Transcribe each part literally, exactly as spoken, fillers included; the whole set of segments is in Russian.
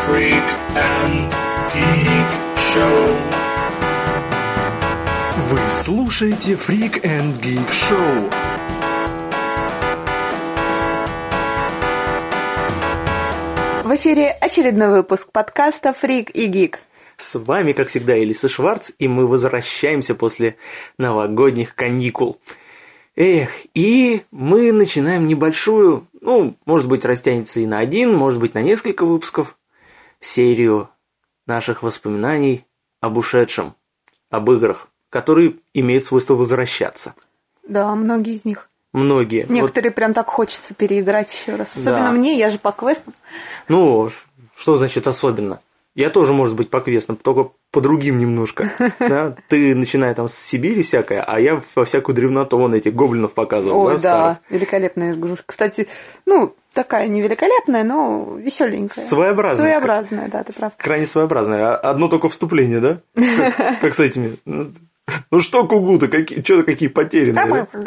Freak and Geek Show. Вы слушаете Freak and Geek Show. В эфире очередной выпуск подкаста «Фрик и Гик». С вами, как всегда, Элиса Шварц, и мы возвращаемся после новогодних каникул. Эх, и мы начинаем небольшую, ну, может быть, растянется и на один, может быть, на несколько выпусков, серию наших воспоминаний об ушедшем, об играх, которые имеют свойство возвращаться. Да, многие из них. Многие. Некоторые вот... прям так хочется переиграть еще раз. Особенно да. мне, я же по квестам. Ну, что значит особенно? Я тоже, может быть, по квестам, только по другим немножко. Да? Ты начинай там с Сибири всякое, а я во всякую древноту вон этих гоблинов показывал. Ой, да, да, старых. Великолепная игрушка. Кстати, ну, такая не великолепная, но веселенькая. Своеобразная. Своеобразная, да, ты прав. Крайне своеобразная. Одно только вступление, да? Как, как с этими... Ну что, Кугута, какие, что-то какие потерянные, да?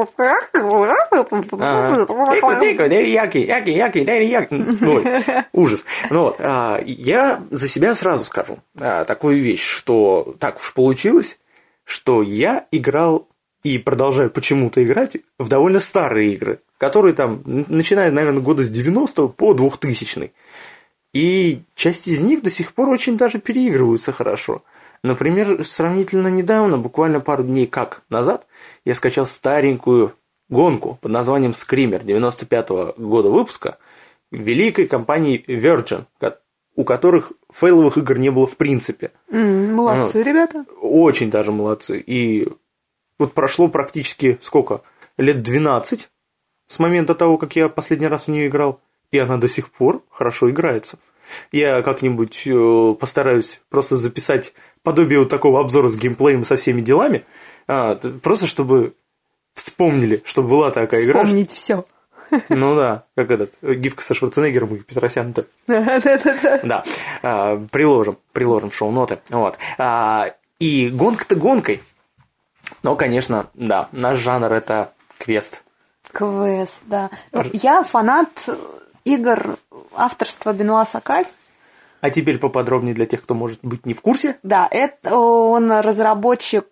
Ой, ужас. Ну вот, а, я за себя сразу скажу а, такую вещь, что так уж получилось, что я играл и продолжаю почему-то играть в довольно старые игры, которые там, начиная, наверное, года с девяностого по двухтысячный. И часть из них до сих пор очень даже переигрываются хорошо. Например, сравнительно недавно, буквально пару дней как назад, я скачал старенькую гонку под названием Screamer девяносто пятого года выпуска великой компании Virgin, у которых фейловых игр не было в принципе. Mm, молодцы, ну, ребята. Очень даже молодцы. И вот прошло практически сколько? Лет двенадцать с момента того, как я последний раз в нее играл, и она до сих пор хорошо играется. Я как-нибудь постараюсь просто записать подобие вот такого обзора с геймплеем и со всеми делами, а, просто чтобы вспомнили, что была такая игра. Вспомнить все. Ну да, как этот, гифка со Шварценеггером и Петросяном-то. Да, а, приложим, приложим в шоу-ноты. Вот. А, и гонка-то гонкой. Но, конечно, да, наш жанр – это квест. Квест, да. Ну, я фанат игр авторства Бенуа Сакаль. А теперь поподробнее для тех, кто, может быть, не в курсе. Да, это он разработчик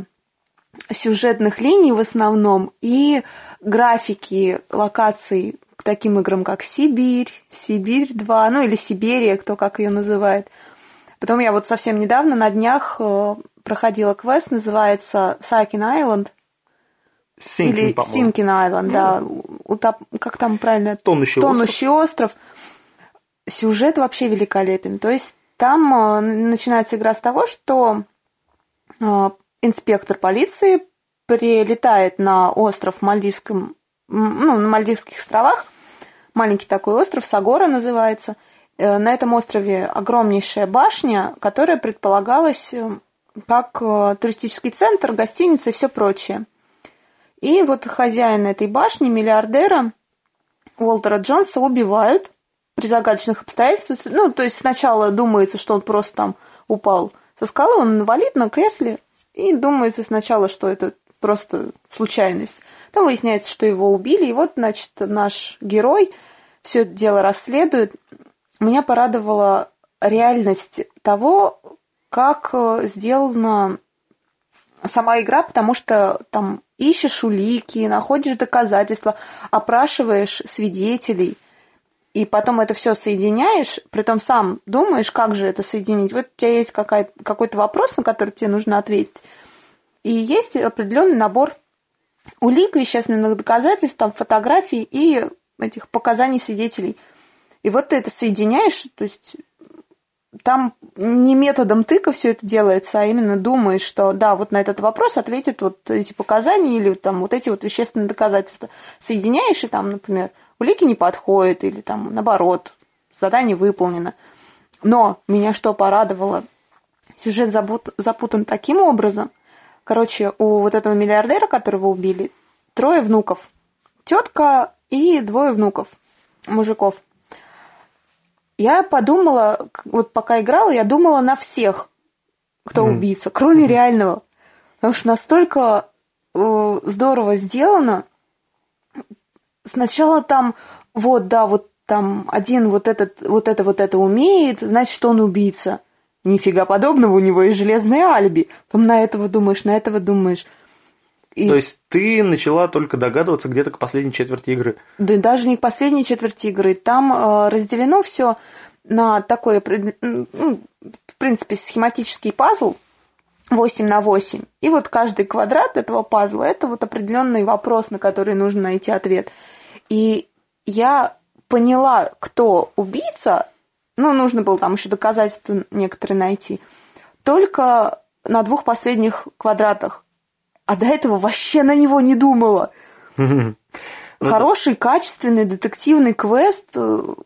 сюжетных линий в основном и графики локаций к таким играм, как Сибирь, Сибирь два, ну или Сибирия, кто как ее называет. Потом я вот совсем недавно на днях проходила квест, называется Sinking Island. Sinking, или по-моему. Sinking Island, да. Утоп... Как там правильно? Тонущий, Тонущий остров. остров. Сюжет вообще великолепен. То есть там э, начинается игра с того, что э, инспектор полиции прилетает на остров в Мальдивском, ну, на Мальдивских островах. Маленький такой остров, Сагора называется. Э, на этом острове огромнейшая башня, которая предполагалась как э, туристический центр, гостиница и все прочее. И вот хозяина этой башни, миллиардера Уолтера Джонса, убивают при загадочных обстоятельствах. Ну, то есть сначала думается, что он просто там упал со скалы, он инвалид на кресле, и думается сначала, что это просто случайность. Потом выясняется, что его убили, и вот, значит, наш герой все это дело расследует. Меня порадовала реальность того, как сделана сама игра, потому что там ищешь улики, находишь доказательства, опрашиваешь свидетелей, и потом это все соединяешь, притом сам думаешь, как же это соединить. Вот у тебя есть какой-то вопрос, на который тебе нужно ответить, и есть определенный набор улик, вещественных доказательств, там, фотографий и этих показаний свидетелей. И вот ты это соединяешь, то есть там не методом тыка все это делается, а именно думаешь, что да, вот на этот вопрос ответят вот эти показания или там вот эти вот вещественные доказательства. Соединяешь, и там, например, улики не подходят, или там наоборот, задание выполнено. Но меня что порадовало, сюжет запутан таким образом. Короче, у вот этого миллиардера, которого убили, трое внуков. Тетка и двое внуков, мужиков. Я подумала, вот пока играла, я думала на всех, кто mm-hmm. убийца, кроме mm-hmm. реального. Потому что настолько э, здорово сделано. Сначала там, вот, да, вот там один вот, этот, вот это вот это умеет, значит, что он убийца. Нифига подобного, у него есть железное алиби. Потом на этого думаешь, на этого думаешь. И... То есть ты начала только догадываться где-то к последней четверти игры? Да даже не к последней четверти игры. Там э, разделено все на такой, ну, в принципе, схематический пазл восемь на восемь. И вот каждый квадрат этого пазла – это вот определенный вопрос, на который нужно найти ответ. И я поняла, кто убийца, ну, нужно было там еще доказательства некоторые найти, только на двух последних квадратах. А до этого вообще на него не думала. Хороший, качественный детективный квест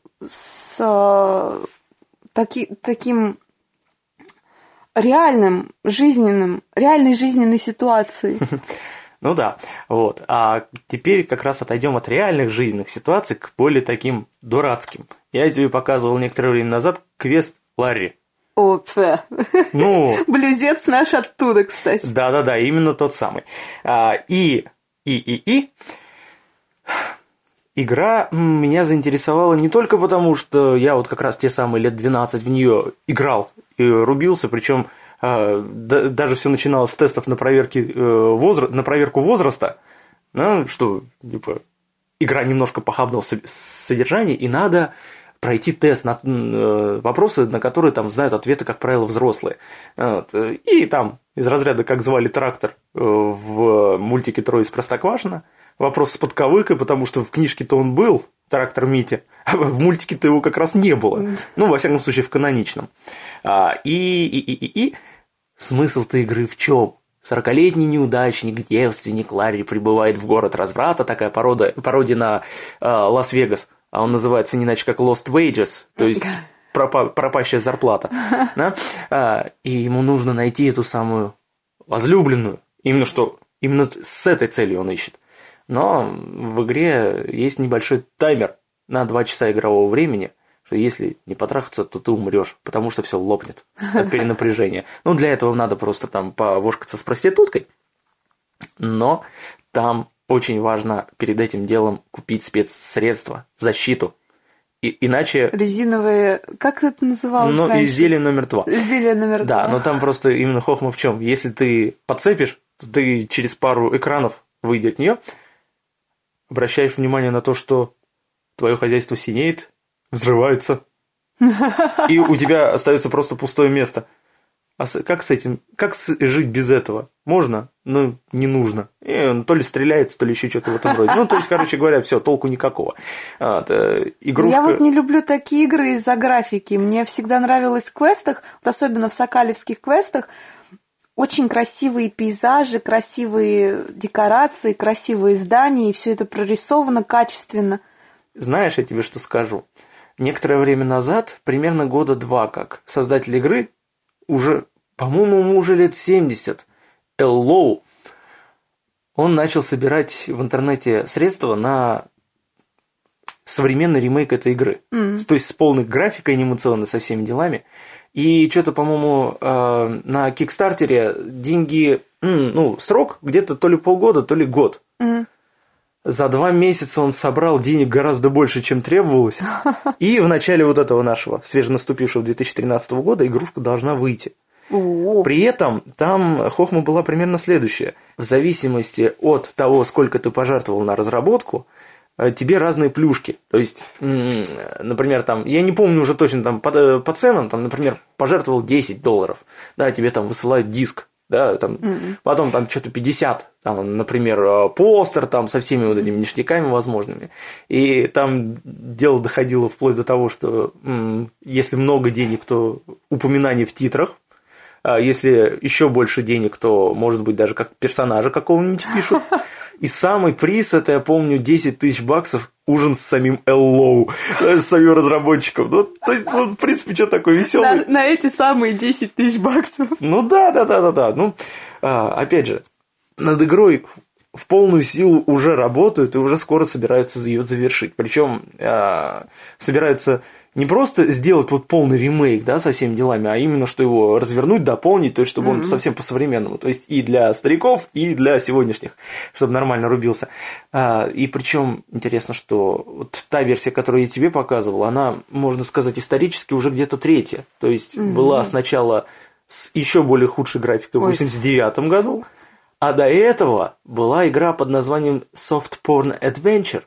с таки, таким реальным, жизненным, реальной жизненной ситуацией. Ну да, вот. А теперь как раз отойдем от реальных жизненных ситуаций к более таким дурацким. Я тебе показывал некоторое время назад квест Ларри. О, пфе. Ну, блюзец наш оттуда, кстати. Да-да-да, именно тот самый. А, и, и, и, и... Игра меня заинтересовала не только потому, что я вот как раз те самые лет двенадцать в нее играл и рубился, причем э, да, даже все начиналось с тестов на, проверки, э, возра... на проверку возраста, ну, что типа, игра немножко похабного содержания, и надо пройти тест на э, вопросы, на которые там знают ответы, как правило, взрослые. Вот. И там из разряда «Как звали трактор» в мультике «Трое из Простоквашино». Вопрос с подковыкой, потому что в книжке-то он был, трактор Митя, а в мультике-то его как раз не было. Ну, во всяком случае, в каноничном. И, и, и, и, и смысл-то игры в чем? Сорокалетний неудачник, девственник Ларри прибывает в город разврата, такая порода, пародия на э, Лас-Вегас, а он называется не иначе как Lost Wages, то есть пропа- пропащая зарплата. Да? А, и ему нужно найти эту самую возлюбленную, именно что именно с этой целью он ищет. Но в игре есть небольшой таймер на два часа игрового времени, что если не потрахаться, то ты умрешь, потому что все лопнет от перенапряжения. Ну, для этого надо просто там повошкаться с проституткой, но там очень важно перед этим делом купить спецсредства, защиту. И, иначе... Резиновые... Как это называлось Ну, раньше? изделие номер два. Изделие номер два. Да, но там просто именно хохма в чем? Если ты подцепишь, то ты через пару экранов, выйдя от нее, обращаешь внимание на то, что твое хозяйство синеет, взрывается, и у тебя остается просто пустое место. А с, как с этим? Как с, жить без этого? Можно, но не нужно. И он то ли стреляется, то ли еще что-то в этом роде. Ну, то есть, короче говоря, все, толку никакого. Вот, э, игрушка... Я вот не люблю такие игры из-за графики. Мне всегда нравилось в квестах, вот особенно в сокалевских квестах, очень красивые пейзажи, красивые декорации, красивые здания, и все это прорисовано качественно. Знаешь, я тебе что скажу? Некоторое время назад, примерно года два как, создатель игры, уже, по-моему, ему уже лет семьдесят, Эллоу, он начал собирать в интернете средства на современный ремейк этой игры. Mm. То есть с полной графикой анимационной, со всеми делами. И что-то, по-моему, на Кикстартере деньги, ну, срок где-то то ли полгода, то ли год. Mm. За два месяца он собрал денег гораздо больше, чем требовалось. И в начале вот этого нашего свеженаступившего две тысячи тринадцатого года игрушка должна выйти. О-о-о. При этом там хохма была примерно следующая. В зависимости от того, сколько ты пожертвовал на разработку, тебе разные плюшки. То есть, например, там, я не помню уже точно там по, по ценам, там, например, пожертвовал десять долларов, да, тебе там высылают диск, да, там, mm-hmm. потом там что-то пятьдесят, там, например, постер там со всеми вот этими ништяками возможными. И там дело доходило вплоть до того, что м- если много денег, то упоминание в титрах, а если еще больше денег, то, может быть, даже как персонажа какого-нибудь пишут. И самый приз, это, я помню, десять тысяч баксов, ужин с самим Эллоу, с самим разработчиком. Ну, то есть, ну, в принципе, что такое веселый. На, на эти самые десять тысяч баксов. Ну, да, да, да, да, да. Ну, а, опять же, над игрой в полную силу уже работают и уже скоро собираются ее завершить. Причем э, собираются не просто сделать вот полный ремейк, да, со всеми делами, а именно, что его развернуть, дополнить, то есть, чтобы mm-hmm. он совсем по-современному. То есть, и для стариков, и для сегодняшних, чтобы нормально рубился. А, и причем интересно, что вот та версия, которую я тебе показывал, она, можно сказать, исторически уже где-то третья. То есть, mm-hmm. была сначала с еще более худшей графикой в восемьдесят девятом году, а до этого была игра под названием Soft Porn Adventure.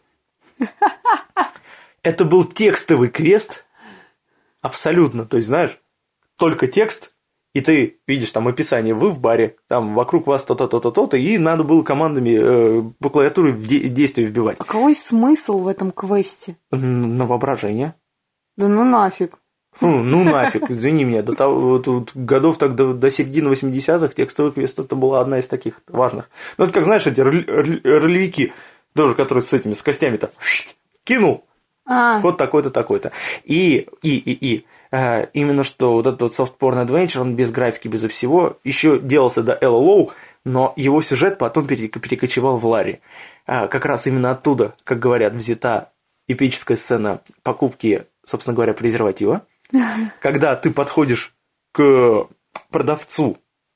Это был текстовый квест, абсолютно, то есть, знаешь, только текст, и ты видишь там описание, вы в баре, там вокруг вас то-то, то-то, то-то, и надо было командами э, по клавиатуре в де- действие вбивать. А какой смысл в этом квесте? На воображение. Да ну нафиг. Ну, ну нафиг, извини меня, до того, вот, годов так до, до середины восьмидесятых текстовый квест это была одна из таких важных. Ну, это как, знаешь, эти ролевики, тоже, которые с этими, с костями-то, кинул. А. Ход такой-то, такой-то. И, и, и, и э, именно что вот этот вот Soft Porn Adventure, он без графики, безо всего, еще делался до эл эл о, но его сюжет потом перекочевал в Ларри. А, как раз именно оттуда, как говорят, взята эпическая сцена покупки, собственно говоря, презерватива. Когда ты подходишь к продавцу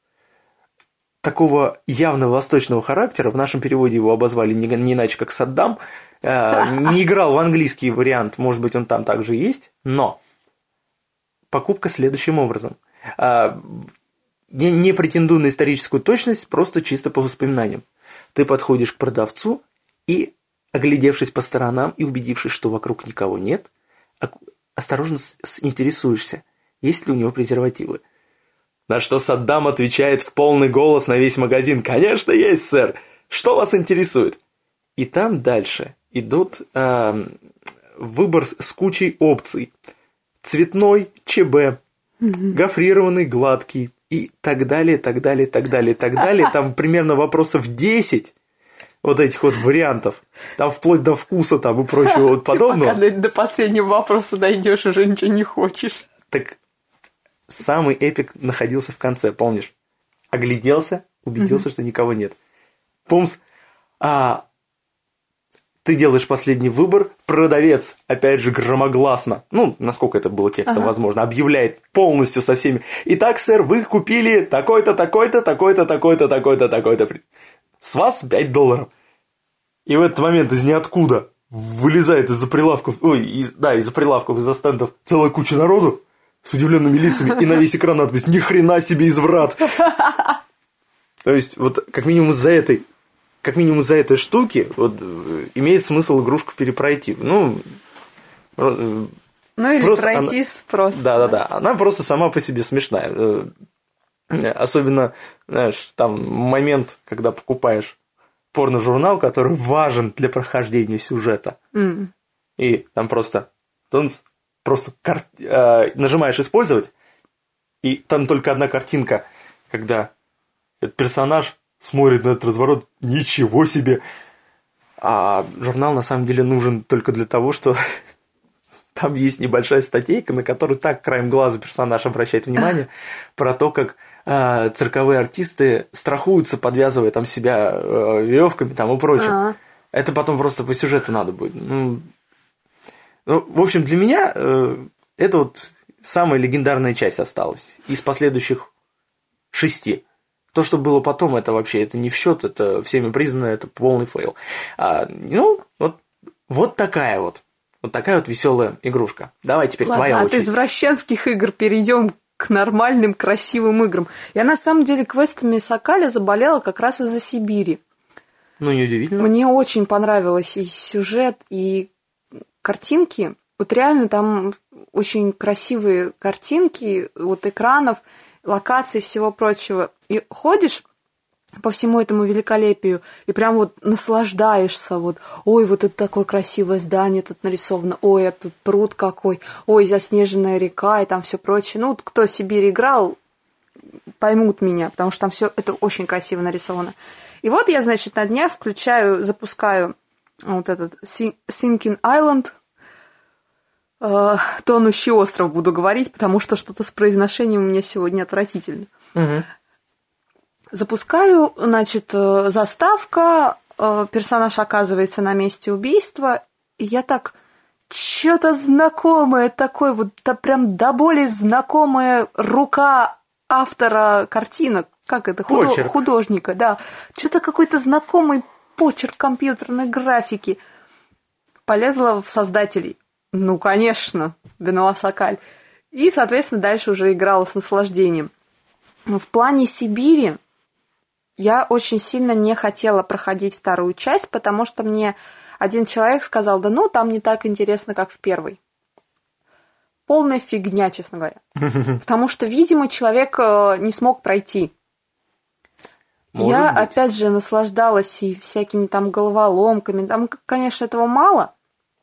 такого явно восточного характера, в нашем переводе его обозвали не, не иначе, как Саддам, не играл в английский вариант, может быть, он там также есть, но покупка следующим образом. Я не претендую на историческую точность, просто чисто по воспоминаниям. Ты подходишь к продавцу и, оглядевшись по сторонам и убедившись, что вокруг никого нет, осторожно интересуешься, есть ли у него презервативы. На что Саддам отвечает в полный голос на весь магазин: «Конечно есть, сэр! Что вас интересует?» И там дальше идут э, выбор с кучей опций. Цветной, ЧБ, mm-hmm. гофрированный, гладкий и так далее, так далее, так далее, так далее. Там примерно вопросов десять вот этих вот вариантов. Там вплоть до вкуса там и прочего вот подобного. Ты пока до последнего вопроса дойдешь, уже ничего не хочешь. Так самый эпик находился в конце, помнишь? Огляделся, убедился, mm-hmm. что никого нет. Помс, а... ты делаешь последний выбор, продавец, опять же, громогласно, ну, насколько это было текстом ага. возможно, объявляет полностью со всеми: «Итак, сэр, вы купили такой-то, такой-то, такой-то, такой-то, такой-то, такой-то. С вас пять долларов». И в этот момент из ниоткуда вылезает из-за прилавков, ой, из, да, из-за прилавков, из-за стендов целая куча народу с удивленными лицами, и на весь экран надпись: «Ни хрена себе, изврат». То есть, вот как минимум из-за этой Как минимум из-за этой штуки вот, имеет смысл игрушку перепройти. Ну, ну или просто пройтись она, просто. Да-да-да, она просто сама по себе смешная. Особенно, знаешь, там момент, когда покупаешь порно-журнал, который важен для прохождения сюжета. Mm. И там просто, просто кар... нажимаешь «Использовать», и там только одна картинка, когда этот персонаж смотрит на этот разворот, ничего себе. А журнал на самом деле нужен только для того, что там есть небольшая статейка, на которую так краем глаза персонаж обращает внимание, про то, как э, цирковые артисты страхуются, подвязывая там себя э, веревками там, и прочее. А-а. Это потом просто по сюжету надо будет. Ну, ну в общем, для меня э, это вот самая легендарная часть осталась из последующих шести. То, что было потом, это вообще это не в счет, это всеми признано, это полный фейл. А, ну, вот, вот такая вот. Вот такая вот веселая игрушка. Давай теперь Ладно, твоя от очередь. От извращенских игр перейдем к нормальным, красивым играм. Я на самом деле квестами Сокаля заболела как раз из-за Сибири. Ну, неудивительно. Мне очень понравилось и сюжет, и картинки. Вот реально там очень красивые картинки, вот экранов, локаций, всего прочего. И ходишь по всему этому великолепию, и прям вот наслаждаешься, вот, ой, вот это такое красивое здание тут нарисовано, ой, а тут пруд какой, ой, заснеженная река, и там все прочее. Ну, вот кто в Сибирь играл, поймут меня, потому что там все это очень красиво нарисовано. И вот я, значит, на днях включаю, запускаю вот этот Sinking Island, э, тонущий остров буду говорить, потому что что-то с произношением у меня сегодня отвратительно. Угу. Запускаю, значит, заставка, э, персонаж оказывается на месте убийства, и я так... Что-то знакомое такое, вот да, прям до боли знакомая рука автора картинок. Как это? Худо- художника, да. Что-то какой-то знакомый почерк компьютерной графики. Полезла в создателей. Ну, конечно, Бенуа Сокаль. И, соответственно, дальше уже играла с наслаждением. В плане Сибири я очень сильно не хотела проходить вторую часть, потому что мне один человек сказал, да ну, там не так интересно, как в первой. Полная фигня, честно говоря. Потому что, видимо, человек не смог пройти. Может я, быть. Опять же, наслаждалась и всякими там головоломками. Там, конечно, этого мало,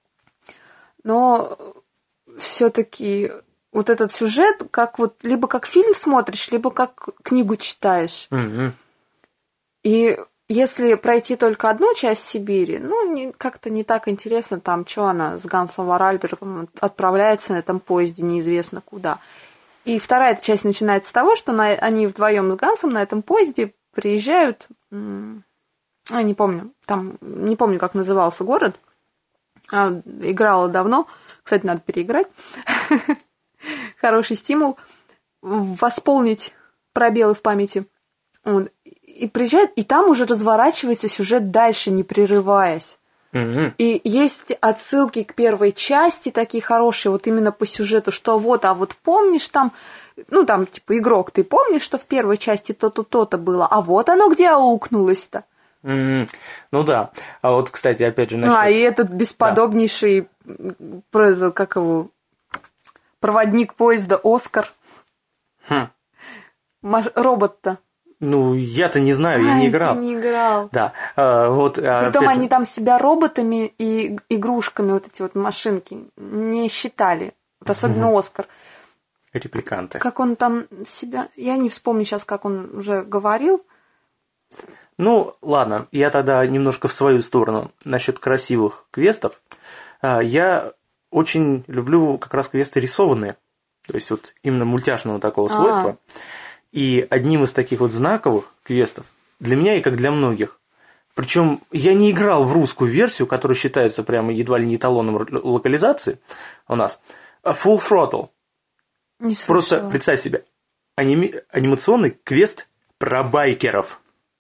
но все-таки вот этот сюжет, как вот либо как фильм смотришь, либо как книгу читаешь. Mm-hmm. И если пройти только одну часть Сибири, ну, не, как-то не так интересно, там, что она с Гансом Варальбергом отправляется на этом поезде неизвестно куда. И вторая часть начинается с того, что на, они вдвоем с Гансом на этом поезде приезжают, я не помню, там, не помню, как назывался город, играла давно, кстати, надо переиграть, хороший стимул, восполнить пробелы в памяти. И приезжают, и там уже разворачивается сюжет дальше, не прерываясь. Mm-hmm. И есть отсылки к первой части такие хорошие, вот именно по сюжету, что вот, а вот помнишь там, ну там типа игрок, ты помнишь, что в первой части то-то, то-то было, а вот оно где аукнулось-то. Mm-hmm. Ну да, а вот, кстати, опять же... Насчет... А, и этот бесподобнейший, да. как его, проводник поезда Оскар. Хм. Робот-то. Ну, я-то не знаю, а, я не играл. Ты не играл. Да. А, вот, Притом они же... там себя роботами и игрушками, вот эти вот машинки, не считали. Вот особенно Оскар. Репликанты. Как он там себя... Я не вспомню сейчас, как он уже говорил. Ну, ладно, я тогда немножко в свою сторону насчет красивых квестов. Я очень люблю как раз квесты рисованные. То есть вот именно мультяшного такого А-а-а. свойства. И одним из таких вот знаковых квестов для меня и как для многих. Причем я не играл в русскую версию, которая считается прямо едва ли не эталоном локализации у нас. Full Throttle. Не слышала. Просто представь себе, аними... анимационный квест про байкеров.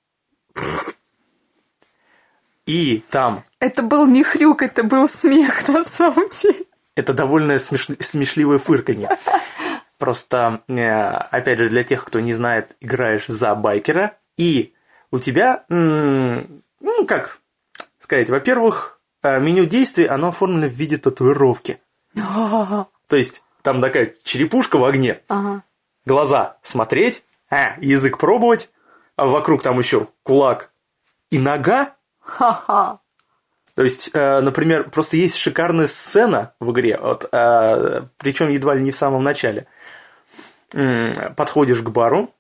И там... Это был не хрюк, это был смех на самом деле. Это довольно смеш... смешливое фырканье. Просто, опять же, для тех, кто не знает, играешь за байкера, и у тебя, ну, как сказать, во-первых, меню действий, оно оформлено в виде татуировки. То есть, там такая черепушка в огне, ага. глаза смотреть, а, язык пробовать, а вокруг там еще кулак и нога. Ха-ха. То есть, например, просто есть шикарная сцена в игре, вот, причем едва ли не в самом начале. Подходишь к бару,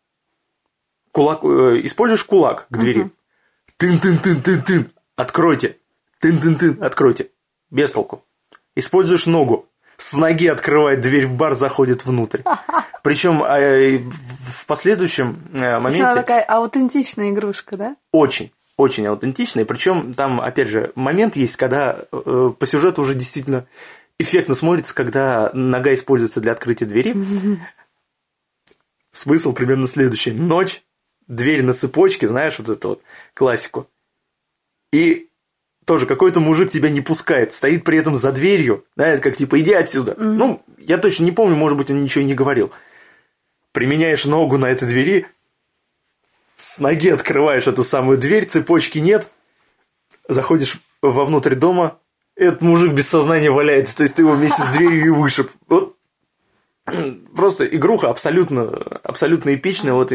кулак, используешь кулак к двери. Тын-тын-тын-тын-тын, откройте. Тын-тын-тын, откройте. Без толку. Используешь ногу. С ноги открывает дверь в бар, заходит внутрь. Причем в последующем моменте... Она такая аутентичная игрушка, да? Очень. Очень аутентичный, причем там, опять же, момент есть, когда э, по сюжету уже действительно эффектно смотрится, когда нога используется для открытия двери. Mm-hmm. Смысл примерно следующий. Ночь, дверь на цепочке, знаешь, вот эту вот классику. И тоже какой-то мужик тебя не пускает, стоит при этом за дверью, знаешь, как типа иди отсюда. Mm-hmm. Ну, я точно не помню, может быть, он ничего и не говорил. Применяешь ногу на этой двери, с ноги открываешь эту самую дверь, цепочки нет, заходишь вовнутрь дома, этот мужик без сознания валяется, то есть ты его вместе с дверью и вышиб. Вот. Просто игруха абсолютно, абсолютно эпичная, вот,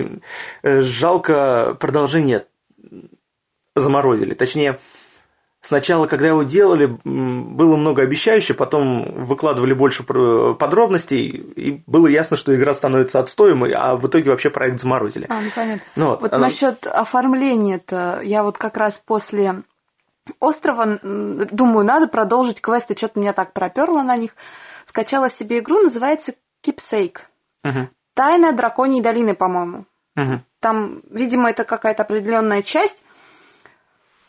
жалко, продолжение заморозили, точнее, сначала, когда его делали, было многообещающе, потом выкладывали больше подробностей, и было ясно, что игра становится отстоем, а в итоге вообще проект заморозили. А, ну понятно. Ну, вот вот оно... насчет оформления-то, я вот как раз после острова думаю, надо продолжить квесты, что-то меня так проперло на них. Скачала себе игру, называется Keepsake. Угу. Тайна драконьей долины, по-моему. Угу. Там, видимо, это какая-то определенная часть.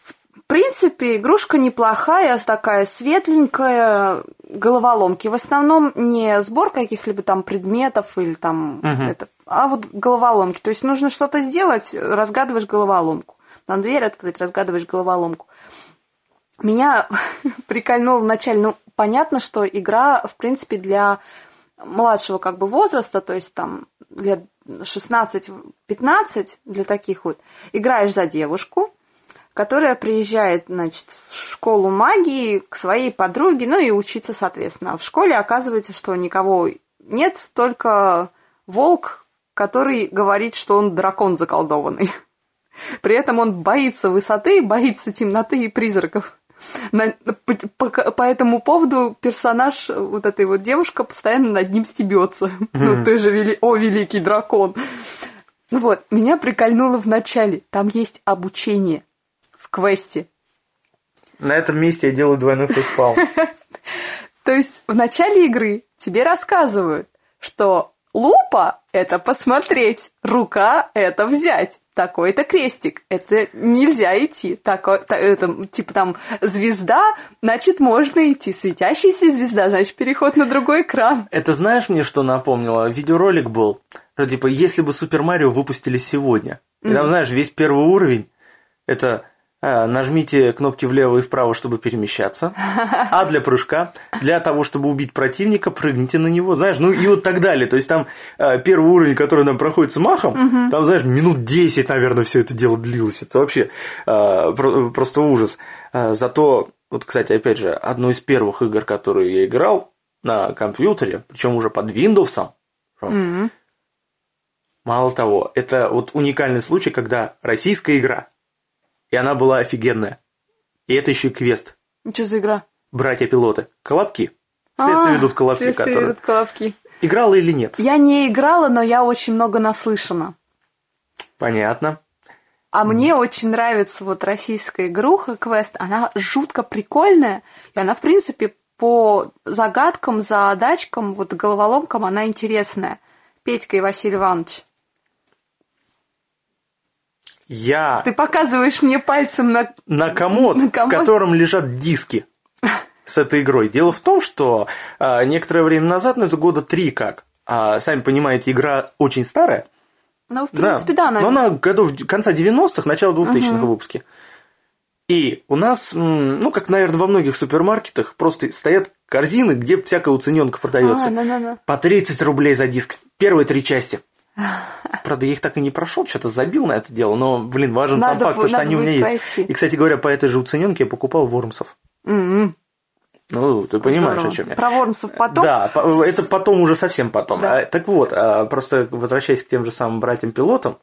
принципе, игрушка неплохая, такая светленькая, головоломки. В основном не сбор каких-либо там предметов или там Мгм. это, а вот головоломки. То есть нужно что-то сделать, разгадываешь головоломку. Там дверь открыть, разгадываешь головоломку. Меня прикольнуло вначале, ну, понятно, что игра, в принципе, для младшего как бы возраста, то есть там лет шестнадцать-пятнадцать, для таких вот, играешь за девушку, которая приезжает, значит, в школу магии к своей подруге, ну и учиться, соответственно. А в школе оказывается, что никого нет, только волк, который говорит, что он дракон заколдованный. При этом он боится высоты, боится темноты и призраков. На- по, по- по этому поводу персонаж, вот этой вот девушка, постоянно над ним стебется. Ну, ты же вели... О, великий дракон. Ну вот, меня прикольнуло в начале. Там есть обучение в квесте. На этом месте я делаю двойной фейспалм. То есть в начале игры тебе рассказывают, что лупа – это посмотреть, рука – это взять. Такой-то крестик, это нельзя идти. Такой, та- это, типа там звезда, значит, можно идти. Светящаяся звезда, значит, переход на другой экран. Это знаешь мне, что напомнило? Видеоролик был, что типа, если бы Супер Марио выпустили сегодня. И там, знаешь, весь первый уровень – это а, нажмите кнопки влево и вправо, чтобы перемещаться, а для прыжка, для того, чтобы убить противника, прыгните на него, знаешь, ну и вот так далее. То есть там а, первый уровень, который нам проходит с махом, там, знаешь, минут десять, наверное, все это дело длилось. Это вообще а, про- просто ужас. А, зато, вот, кстати, опять же, одно из первых игр, которые я играл на компьютере, причем уже под Windows. Мало того, это вот уникальный случай, когда российская игра, и она была офигенная. И это еще и квест. Что за игра? Братья-пилоты. Колобки. Следствие А, ведут колобки, следствие которые... ведут колобки. Играла или нет? Я не играла, но я очень много наслышана. Понятно. А мне очень нравится вот российская игруха Квест. Она жутко прикольная. И она, в принципе, по загадкам, задачкам, вот головоломкам она интересная. Петька и Василий Иванович. Я Ты показываешь мне пальцем на... на комод, на в комод. котором лежат диски с этой игрой. Дело в том, что а, некоторое время назад, ну это года три как, а, сами понимаете, игра очень старая. Ну, в принципе, да, но наверное. она годов конца девяностых, начала двухтысячных выпуски. И у нас, м, ну, как, наверное, во многих супермаркетах, просто стоят корзины, где всякая уцененка продается. А, да-да-да. По тридцать рублей за диск. Первые три части. Правда, я их так и не прошел, что-то забил на это дело, но, блин, важен сам Надо факт, бу- потому что надо они у меня будет есть. пройти. И, кстати говоря, по этой же уцененке я покупал Вормсов. М-м. Ну, ты понимаешь, Здорово. о чем я. Про Вормсов потом? Да, по- это потом уже совсем потом. Да. А, так вот, а, просто возвращаясь к тем же самым братьям-пилотам,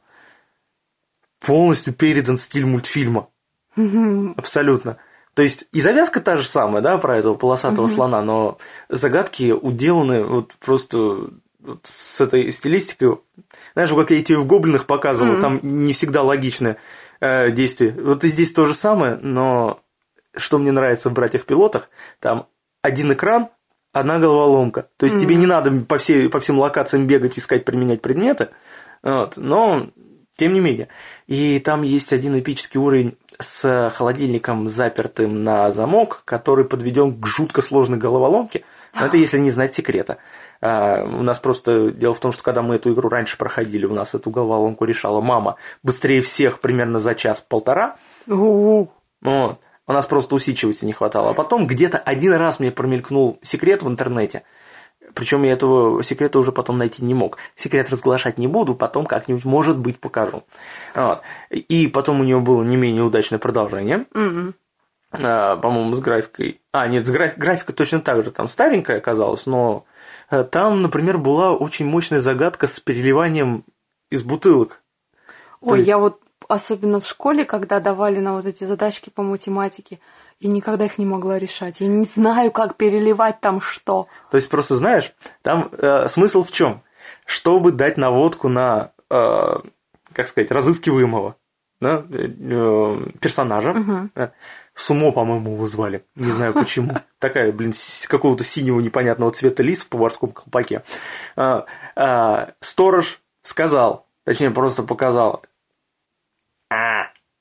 полностью передан стиль мультфильма. Абсолютно. То есть и завязка та же самая, да, про этого полосатого слона, но загадки уделаны вот просто вот с этой стилистикой. Знаешь, как я тебе в «Гоблинах» показывал, там не всегда логичное э, действие. Вот и здесь то же самое, но что мне нравится в «Братьях-пилотах», там один экран, одна головоломка. То есть тебе не надо по, всей, по всем локациям бегать, искать, применять предметы, вот, но тем не менее. И там есть один эпический уровень с холодильником, запертым на замок, который подведен к жутко сложной головоломке. Но это если не знать секрета. А, у нас просто дело в том, что когда мы эту игру раньше проходили, у нас эту головоломку решала мама быстрее всех примерно за час-полтора. У-у-у. Вот. У нас просто усидчивости не хватало. А потом где-то один раз мне промелькнул секрет в интернете. Причем я этого секрета уже потом найти не мог. Секрет разглашать не буду, потом как-нибудь, может быть, покажу. Вот. И потом у нее было не менее удачное продолжение. М-м. А, по-моему, с графикой. А, нет, с граф... графика точно так же, там старенькая оказалась, но там, например, была очень мощная загадка с переливанием из бутылок. Ой, есть- я вот особенно в школе, когда давали на вот эти задачки по математике, я никогда их не могла решать. Я не знаю, как переливать там что. То есть, просто знаешь, там э, смысл в чем? Чтобы дать наводку на, э, как сказать, разыскиваемого, да, э, э, персонажа. Э, Сумо, по-моему, его звали. Не знаю почему. Такая, блин, с какого-то синего непонятного цвета лис в поварском колпаке. А, а, сторож сказал, точнее, просто показал. А,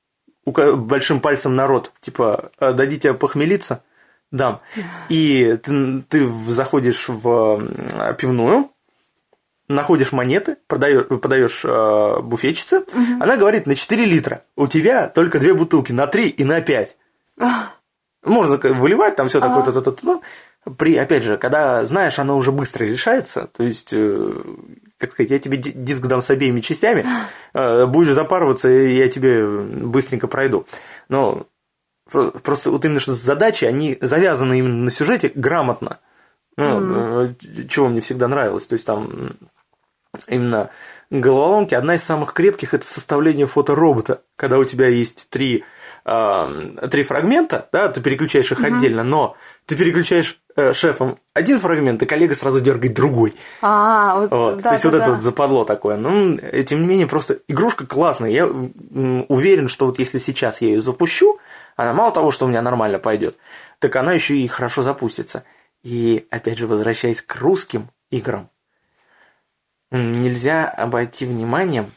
большим пальцем на рот, типа, дадите похмелиться? Дам. И ты, ты заходишь в пивную, находишь монеты, продаешь, подаешь э, буфетчице, угу. Она говорит, на четыре литра, у тебя только две бутылки, на три и на пять. Можно выливать, там все такое, то-то, то-то. При, опять же, когда знаешь, оно уже быстро решается, то есть, э, как сказать, я тебе диск дам с обеими частями, э, будешь запарываться, и я тебе быстренько пройду. Но просто вот именно что задачи, они завязаны именно на сюжете грамотно. Ну, mm. чего мне всегда нравилось. То есть там именно головоломки, одна из самых крепких – это составление фоторобота, когда у тебя есть три, э, три фрагмента, да, ты переключаешь их mm-hmm. отдельно, но ты переключаешь э, шефом один фрагмент, и коллега сразу дергает другой. А, вот, вот. Да, То есть да, вот да. это вот западло такое. Ну, тем не менее, просто игрушка классная. Я уверен, что вот если сейчас я ее запущу, она мало того, что у меня нормально пойдет, так она еще и хорошо запустится. И, опять же, возвращаясь к русским играм, нельзя обойти вниманием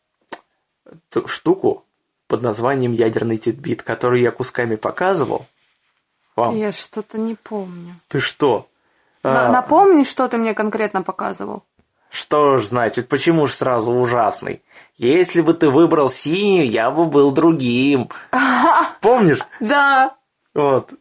ту штуку под названием «Ядерный тит-бит», которую я кусками показывал вам. Я что-то не помню. Ты что? На- а... Напомни, что ты мне конкретно показывал. Что ж, значит, почему ж сразу ужасный? Если бы ты выбрал синюю, я бы был другим. Помнишь? Да. Вот.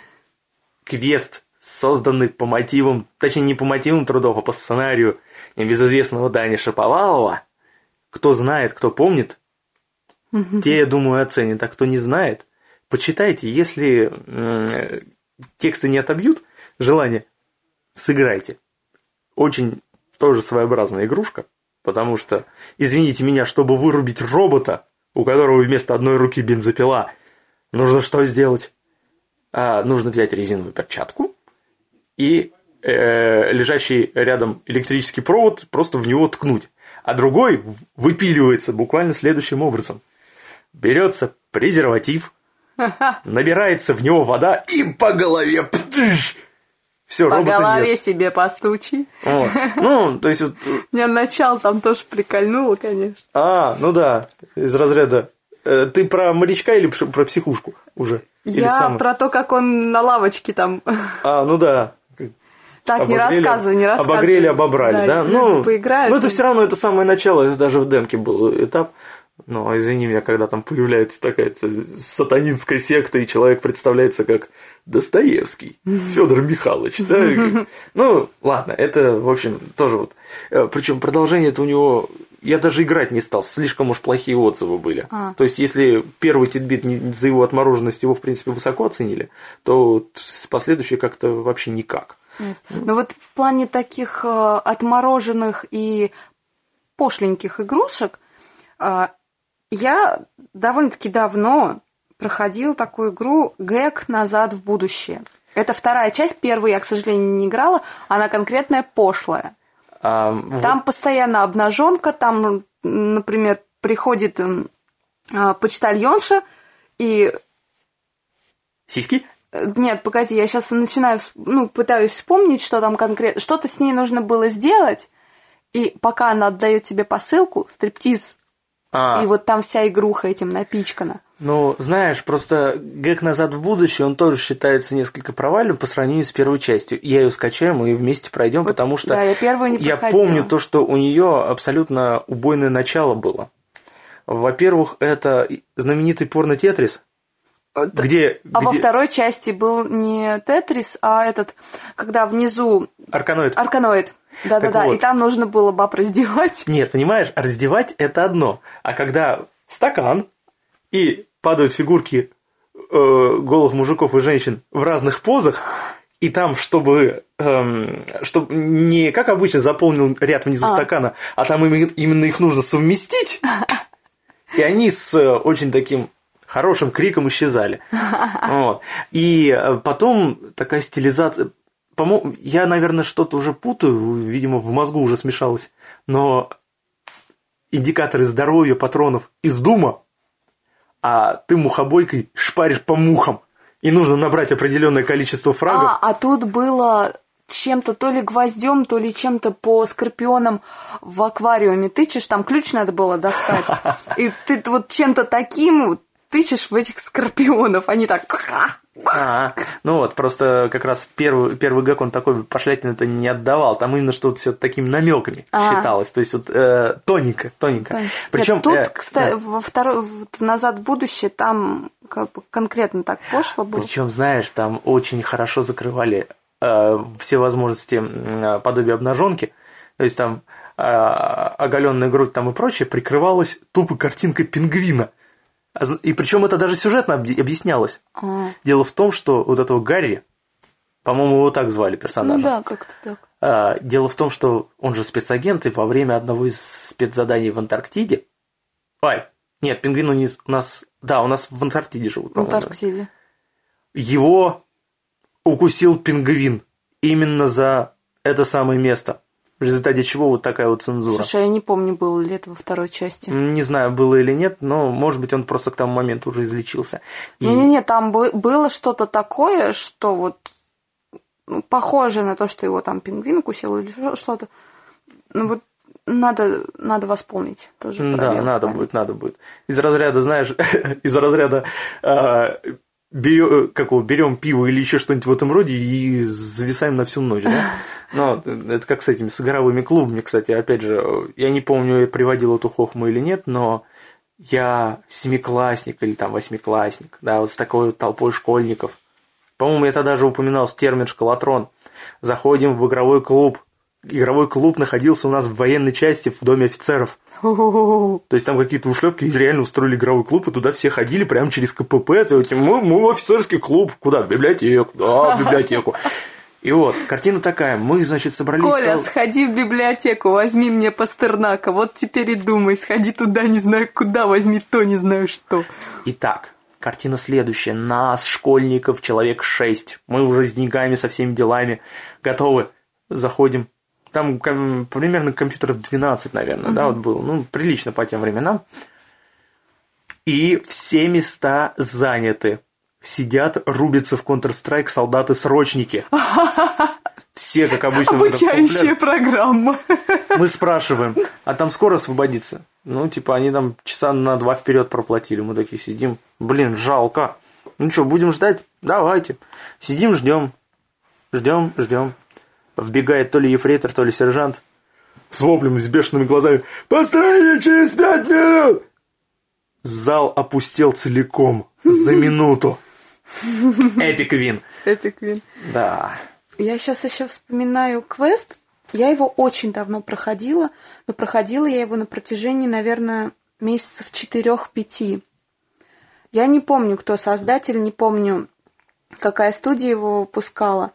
Квест, созданный по мотивам, точнее, не по мотивам трудов, а по сценарию небезызвестного Дани Шаповалова. Кто знает, кто помнит, те, я думаю, оценят. А кто не знает, почитайте. Если э, тексты не отобьют желание, сыграйте. Очень тоже своеобразная игрушка, потому что, извините меня, чтобы вырубить робота, у которого вместо одной руки бензопила, нужно что сделать? А, нужно взять резиновую перчатку и э, лежащий рядом электрический провод просто в него ткнуть. А другой выпиливается буквально следующим образом. Берется презерватив, набирается в него вода и по голове птыщ! Все, по голове нет. себе постучи. Вот. Ну, то есть вот... Меня начало там тоже прикольнуло, конечно. А, ну да, из разряда... Ты про морячка или про психушку уже? Или Я сам... про то, как он на лавочке там... А, ну да. Так, обогрели, не рассказывай, не рассказывай. Обогрели, обобрали, да? да? Ну, поиграют. Ну, это все равно, это самое начало, это даже в демке был этап. Но, извини меня, когда там появляется такая сатанинская секта, и человек представляется как Достоевский, Федор Михайлович, да? Ну, ладно, это, в общем, тоже вот. Причем продолжение это у него... Я даже играть не стал, слишком уж плохие отзывы были. А. То есть, если первый титбит за его отмороженность его, в принципе, высоко оценили, то последующие как-то вообще никак. Yes. Но вот в плане таких э, отмороженных и пошленьких игрушек э, я довольно-таки давно проходил такую игру «Гэг. Назад в будущее». Это вторая часть, первую я, к сожалению, не играла, она конкретная пошлая. А, там вот... постоянно обнаженка, там, например, приходит э, почтальонша и... Сиськи? Нет, погоди, я сейчас начинаю, ну, пытаюсь вспомнить, что там конкретно... Что-то с ней нужно было сделать, и пока она отдает тебе посылку, стриптиз, а. и вот там вся игруха этим напичкана. Ну, знаешь, просто «Гэг. Назад в будущее», он тоже считается несколько провальным по сравнению с первой частью. Я ее скачаю, мы ее вместе пройдем, вот, потому что да, я, первую не я помню то, что у нее абсолютно убойное начало было. Во-первых, это знаменитый порно-тетрис, Где, а где... во второй части был не Тетрис, а этот, когда внизу... Арканоид. Арканоид. Да-да-да, вот. И там нужно было баб раздевать. Нет, понимаешь, раздевать это одно. А когда стакан, и падают фигурки э, голых мужиков и женщин в разных позах, и там, чтобы, эм, чтобы не как обычно заполнил ряд внизу а. стакана, а там именно их нужно совместить, и они с очень таким... хорошим криком исчезали. Вот. И потом такая стилизация... По-моему, я, наверное, что-то уже путаю, видимо, в мозгу уже смешалось, но индикаторы здоровья патронов из Дума, а ты мухобойкой шпаришь по мухам, и нужно набрать определенное количество фрагов. А, а тут было... чем-то, то ли гвоздем, то ли чем-то по скорпионам в аквариуме тычешь, там ключ надо было достать. И ты вот чем-то таким... тычешь в этих скорпионов, они так... А, ну вот, просто как раз первый, первый гэг, он такой пошлятины-то не отдавал. Там именно что-то все такими намеками а. считалось. То есть вот э, тоненько, тоненько. Тоненько. Причем Нет, тут, э, кстати, да. во второй, в «Назад в будущее» там как бы конкретно так пошло было. Причем, знаешь, там очень хорошо закрывали э, все возможности э, подобия обнаженки. То есть там э, оголенная грудь там и прочее прикрывалась тупо картинкой пингвина. И причем это даже сюжетно объяснялось. А. Дело в том, что вот этого Гарри, по-моему, его так звали персонажа. Ну да, как-то так. А, дело в том, что он же спецагент, и во время одного из спецзаданий в Антарктиде... Ой, нет, пингвин у нас... Да, у нас в Антарктиде живут, по-моему. В Антарктиде. Его укусил пингвин именно за это самое место. В результате чего вот такая вот цензура. Слушай, я не помню, было ли это во второй части. Не знаю, было или нет, но, может быть, он просто к тому моменту уже излечился. И... Не-не-не, там было что-то такое, что вот похоже на то, что его там пингвин укусил или что-то. Ну вот надо, надо восполнить тоже. Да, надо будет, надо будет. Из разряда, знаешь, из разряда... Берем, как его, берем пиво или еще что-нибудь в этом роде и зависаем на всю ночь, да? Ну, это как с этими, с игровыми клубами, кстати, опять же, я не помню, я приводил эту хохму или нет, но я семиклассник или там восьмиклассник, да, вот с такой вот толпой школьников. По-моему, я тогда даже упоминал термин «школотрон». Заходим в игровой клуб. Игровой клуб находился у нас в военной части в доме офицеров. То есть там какие-то ушлепки реально устроили игровой клуб, и туда все ходили прямо через КПП. Мы, мы офицерский клуб. Куда? В библиотеку. Да, в библиотеку. И вот, картина такая. Мы, значит, собрались... Коля, сходи в библиотеку, возьми мне Пастернака. Вот теперь и думай, сходи туда, не знаю куда, возьми то, не знаю что. Итак, картина следующая. Нас, школьников, человек шесть. Мы уже с деньгами, со всеми делами готовы. Заходим. Там ком- примерно компьютеров двенадцать, наверное, uh-huh. да, вот было. Ну, прилично по тем временам. И все места заняты. Сидят, рубятся в Counter-Strike солдаты-срочники. Все, как обычно. Обучающая программа. Мы спрашиваем, а там скоро освободится? Ну, типа, они там часа на два вперед проплатили. Мы такие сидим. Блин, жалко. Ну что, будем ждать? Давайте. Сидим, ждем. Ждем, ждем. Вбегает то ли ефрейтор, то ли сержант с воплем, с бешеными глазами. «Построение через пять минут!» Зал опустел целиком за минуту. Эпик вин. Эпик вин. Да. Я сейчас еще вспоминаю квест. Я его очень давно проходила, но проходила я его на протяжении, наверное, месяцев четырех-пяти. Я не помню, кто создатель, не помню, какая студия его выпускала.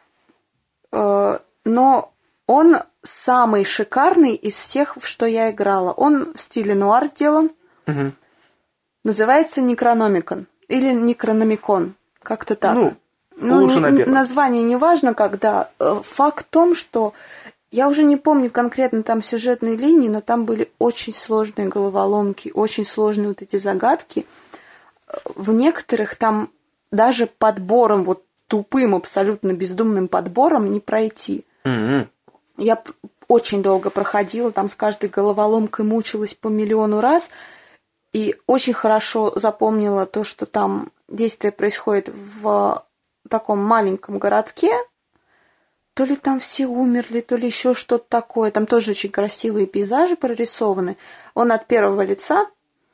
Но он самый шикарный из всех, в что я играла. Он в стиле нуар сделан. Угу. Называется Некрономикон. Или Некрономикон. Как-то так. Ну, ну лучше, наверное. Название не важно, когда. Факт в том, что я уже не помню конкретно там сюжетные линии, но там были очень сложные головоломки, очень сложные вот эти загадки. В некоторых там даже подбором вот тупым, абсолютно бездумным подбором не пройти. Mm-hmm. Я очень долго проходила, там с каждой головоломкой мучилась по миллиону раз, и очень хорошо запомнила то, что там действие происходит в таком маленьком городке, то ли там все умерли, то ли еще что-то такое, там тоже очень красивые пейзажи прорисованы, он от первого лица,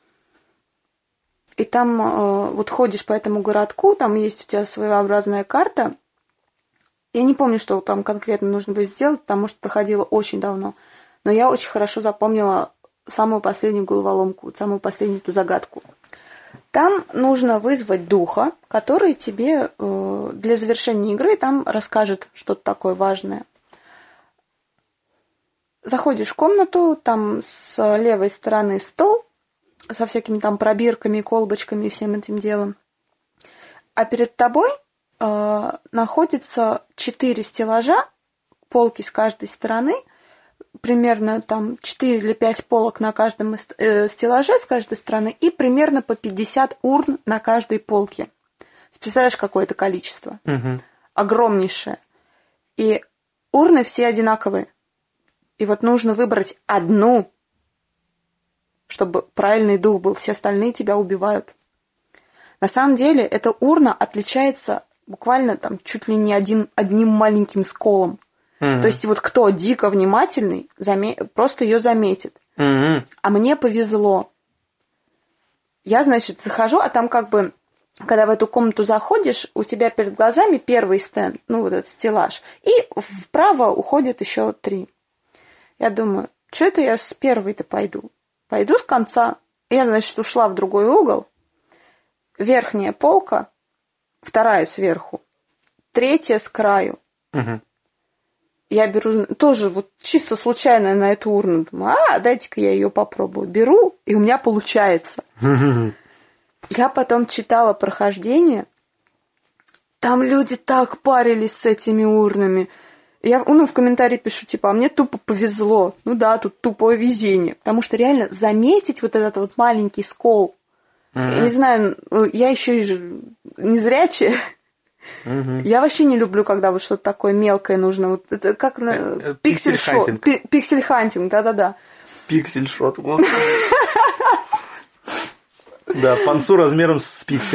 и там э, вот ходишь по этому городку, там есть у тебя своеобразная карта. Я не помню, что там конкретно нужно было сделать, потому что проходила очень давно. Но я очень хорошо запомнила самую последнюю головоломку, самую последнюю эту загадку. Там нужно вызвать духа, который тебе э, для завершения игры там расскажет что-то такое важное. Заходишь в комнату, там с левой стороны стол, со всякими там пробирками, колбочками и всем этим делом. А перед тобой э, находится четыре стеллажа, полки с каждой стороны, примерно там четыре или пять полок на каждом э, стеллаже с каждой стороны и примерно по пятьдесят урн на каждой полке. Представляешь, какое это количество? Угу. Огромнейшее. И урны все одинаковые. И вот нужно выбрать одну, чтобы правильный дух был, все остальные тебя убивают. На самом деле, эта урна отличается буквально там чуть ли не один, одним маленьким сколом. Mm-hmm. То есть вот кто дико внимательный, заме... просто ее заметит. Mm-hmm. А мне повезло. Я, значит, захожу, а там как бы, когда в эту комнату заходишь, у тебя перед глазами первый стенд, ну вот этот стеллаж, и вправо уходит еще три. Я думаю, что это я с первой-то пойду? Пойду с конца. Я, значит, ушла в другой угол. Верхняя полка, вторая сверху, третья с краю. Угу. Я беру тоже вот чисто случайно на эту урну. Думаю, а, дайте-ка я ее попробую. Беру, и у меня получается. Я потом читала прохождение. Там люди так парились с этими урнами. Я ну, в комментарии пишу, типа, а мне тупо повезло. Ну да, тут тупое везение. Потому что реально заметить вот этот вот маленький скол. Mm-hmm. Я не знаю, я еще и незрячая. Mm-hmm. Я вообще не люблю, когда вот что-то такое мелкое нужно. Вот это как на... Пиксель-шот. Пиксель-хантинг, да-да-да. Пиксель-шот, вот. Да, панцу размером с пиксель.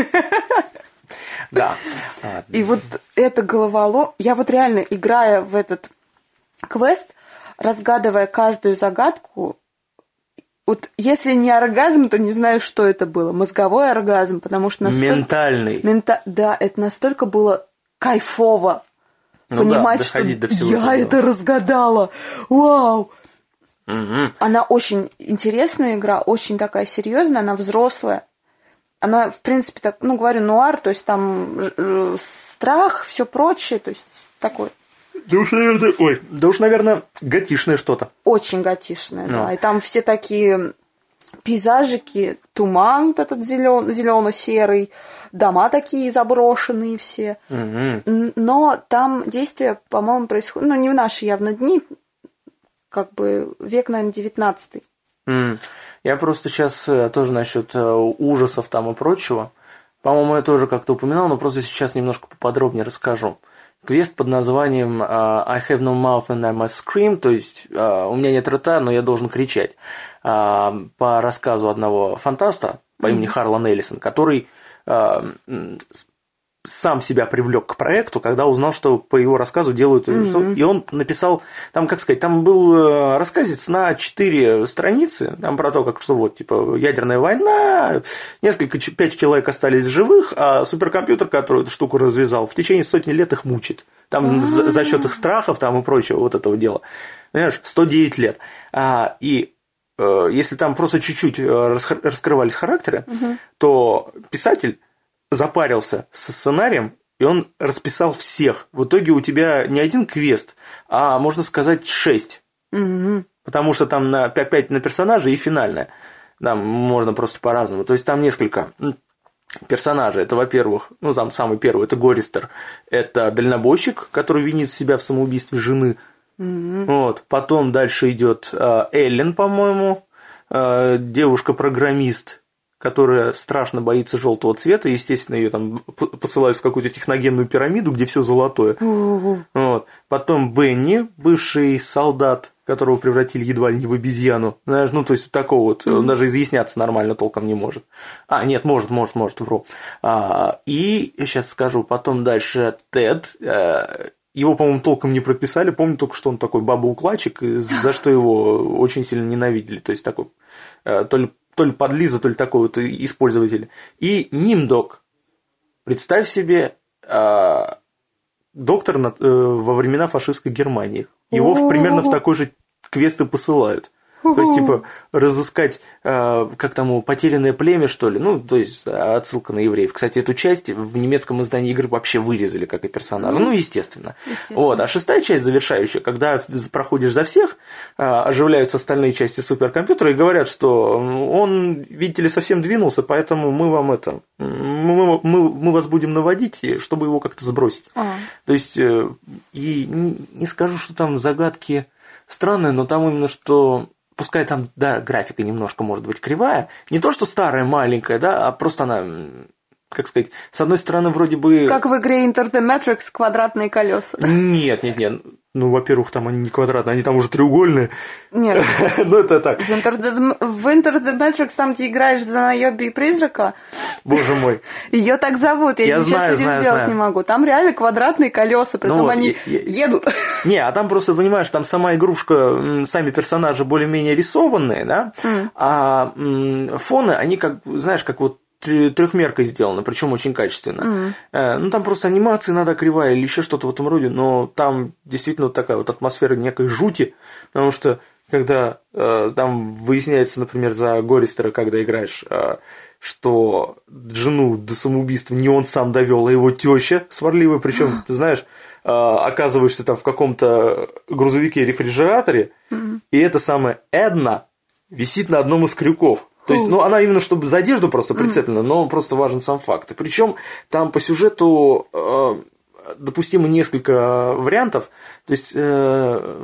Да. И вот это головоломка... Я вот реально, играя в этот квест, разгадывая каждую загадку, вот если не оргазм, то не знаю, что это было. Мозговой оргазм, потому что настолько... Ментальный. Мента... Да, это настолько было кайфово. Ну понимать, да, что до всего я этого. Это разгадала. Вау! Угу. Она очень интересная игра, очень такая серьезная, она взрослая. Она, в принципе, так, ну, говорю, нуар, то есть там э, страх, все прочее, то есть такой. Да уж, наверное, ой, да уж, наверное, готишное что-то. Очень готишное, ну. Да. И там все такие пейзажики, туман этот зелен, зелено-серый, дома такие заброшенные все. Угу. Но там действие, по-моему, происходит, ну, не в наши явно дни, как бы век, наверное, девятнадцатый. Mm. Я просто сейчас тоже насчет ужасов там и прочего. По-моему, я тоже как-то упоминал, но просто сейчас немножко поподробнее расскажу. Квест под названием uh, I have no mouth and I must scream, то есть uh, у меня нет рта, но я должен кричать. Uh, по рассказу одного фантаста по имени mm-hmm. Харлан Эллисон, который uh, сам себя привлек к проекту, когда узнал, что по его рассказу делают... Mm-hmm. Что, и он написал, там, как сказать, там был рассказец на четыре страницы, там про то, как, что вот, типа, ядерная война, несколько, пять человек остались живых, а суперкомпьютер, который эту штуку развязал, в течение сотни лет их мучит. Там mm-hmm. за, за счет их страхов там и прочего вот этого дела. Понимаешь, сто девять лет. А, и э, если там просто чуть-чуть раскрывались характеры, mm-hmm. то писатель запарился со сценарием, и он расписал всех. В итоге у тебя не один квест, а, можно сказать, шесть. Угу. Потому что там на пять на персонажей и финальная. Там можно просто по-разному. То есть там несколько персонажей. Это, во-первых, ну, там самый первый, это Гористер. Это дальнобойщик, который винит себя в самоубийстве жены. Угу. Вот. Потом дальше идет Эллен, по-моему, девушка-программист, которая страшно боится желтого цвета, естественно, ее там посылают в какую-то техногенную пирамиду, где все золотое. Uh-huh. Вот. Потом Бенни, бывший солдат, которого превратили едва ли не в обезьяну. Знаешь, ну, то есть, такого вот, uh-huh. он даже изъясняться нормально толком не может. А, нет, может, может, может, вру. А, и, сейчас скажу, потом дальше Тед. Его, по-моему, толком не прописали. Помню только, что он такой баба-укладчик, за что его очень сильно ненавидели. То есть, такой, то ли то ли подлиза, то ли такой вот использователь. И Нимдог. Представь себе, э, доктор на, э, во времена фашистской Германии. Его в, примерно в такой же квест и посылают. То есть, типа, разыскать, э, как там, потерянное племя, что ли. Ну, то есть, отсылка на евреев. Кстати, эту часть в немецком издании игры вообще вырезали, как и персонажа. Ну, естественно. естественно. Вот. А шестая часть, завершающая, когда проходишь за всех, э, оживляются остальные части суперкомпьютера и говорят, что он, видите ли, совсем двинулся, поэтому мы вам это... Мы, мы, мы вас будем наводить, чтобы его как-то сбросить. А. То есть, э, и не, не скажу, что там загадки странные, но там именно что... Пускай там, да, графика немножко может быть кривая. Не то, что старая, маленькая, да, а просто она как сказать, с одной стороны, вроде бы... Как в игре Enter the Matrix квадратные колеса. Нет, нет, нет. Ну, во-первых, там они не квадратные, они там уже треугольные. Нет. Ну, это так. В Enter, the, в Enter the Matrix, там, где играешь за наёби и призрака, боже мой. Ее так зовут, я, я ничего знаю, с этим знаю, сделать знаю. не могу. Там реально квадратные колеса, притом ну, они я, я... едут. Не, а там просто, понимаешь, там сама игрушка, сами персонажи более-менее рисованные, да, mm. а м, фоны, они как, знаешь, как вот трехмеркой сделано, причем очень качественно. Mm. Ну, там просто анимации надо кривая или еще что-то в этом роде, но там действительно такая вот атмосфера некой жути, потому что когда э, там выясняется, например, за Гористера, когда играешь, э, что жену до самоубийства не он сам довел, а его теща сварливая, причем, ты знаешь, э, оказываешься там в каком-то грузовике-рефрижераторе, mm. и эта самая Эдна висит на одном из крюков. То есть, ну, она именно чтобы за одежду просто прицеплена, mm. но просто важен сам факт. И причем там по сюжету э, допустимо несколько вариантов. То есть, э,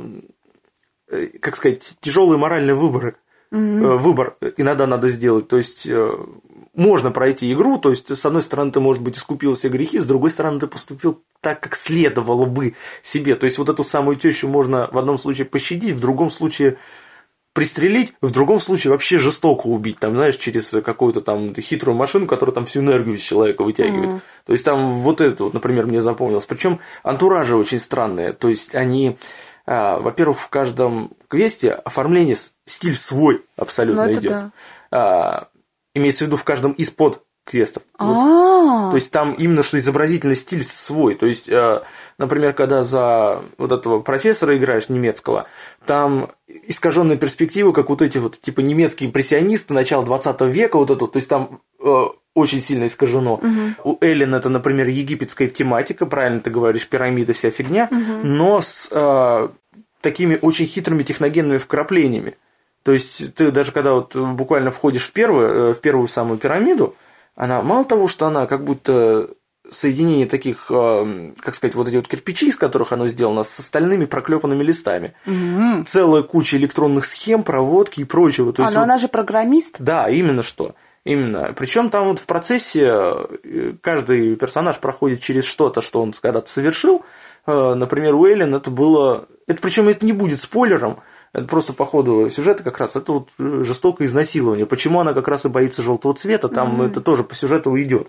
э, как сказать, тяжелые моральные выборы. Mm-hmm. Э, выбор иногда надо сделать. То есть, э, можно пройти игру. То есть, с одной стороны, ты, может быть, искупил все грехи, с другой стороны, ты поступил так, как следовало бы себе. То есть, вот эту самую тещу можно в одном случае пощадить, в другом случае пристрелить, в другом случае вообще жестоко убить, там, знаешь, через какую-то там хитрую машину, которая там всю энергию из человека вытягивает. Mm. То есть там вот это вот, например, мне запомнилось. Причем антуражи очень странные. То есть они, а, во-первых, в каждом квесте оформление, стиль свой абсолютно идет. Да. А, имеется в виду в каждом из под квестов. Вот. То есть там именно что изобразительный стиль свой. То есть, например, когда за вот этого профессора играешь немецкого, там искаженная перспектива, как вот эти вот типа немецкие импрессионисты начала двадцатого века, вот это, то есть там э, очень сильно искажено. Угу. У Эллен это, например, египетская тематика, правильно ты говоришь, пирамиды, вся фигня, угу. но с э, такими очень хитрыми техногенными вкраплениями. То есть ты даже когда вот буквально входишь в первую, в первую самую пирамиду, она мало того, что она как будто соединение таких, как сказать, вот эти вот кирпичи, из которых оно сделано, с остальными проклепанными листами. Mm-hmm. Целая куча электронных схем, проводки и прочего. То а, есть, но вот, она же программист. Да, именно что. Именно. Причем там вот в процессе каждый персонаж проходит через что-то, что он когда-то совершил. Например, у Эллен это было... Это, причем это не будет спойлером. Это просто по ходу сюжета как раз это вот жестокое изнасилование. Почему она как раз и боится желтого цвета, там mm-hmm. это тоже по сюжету идет.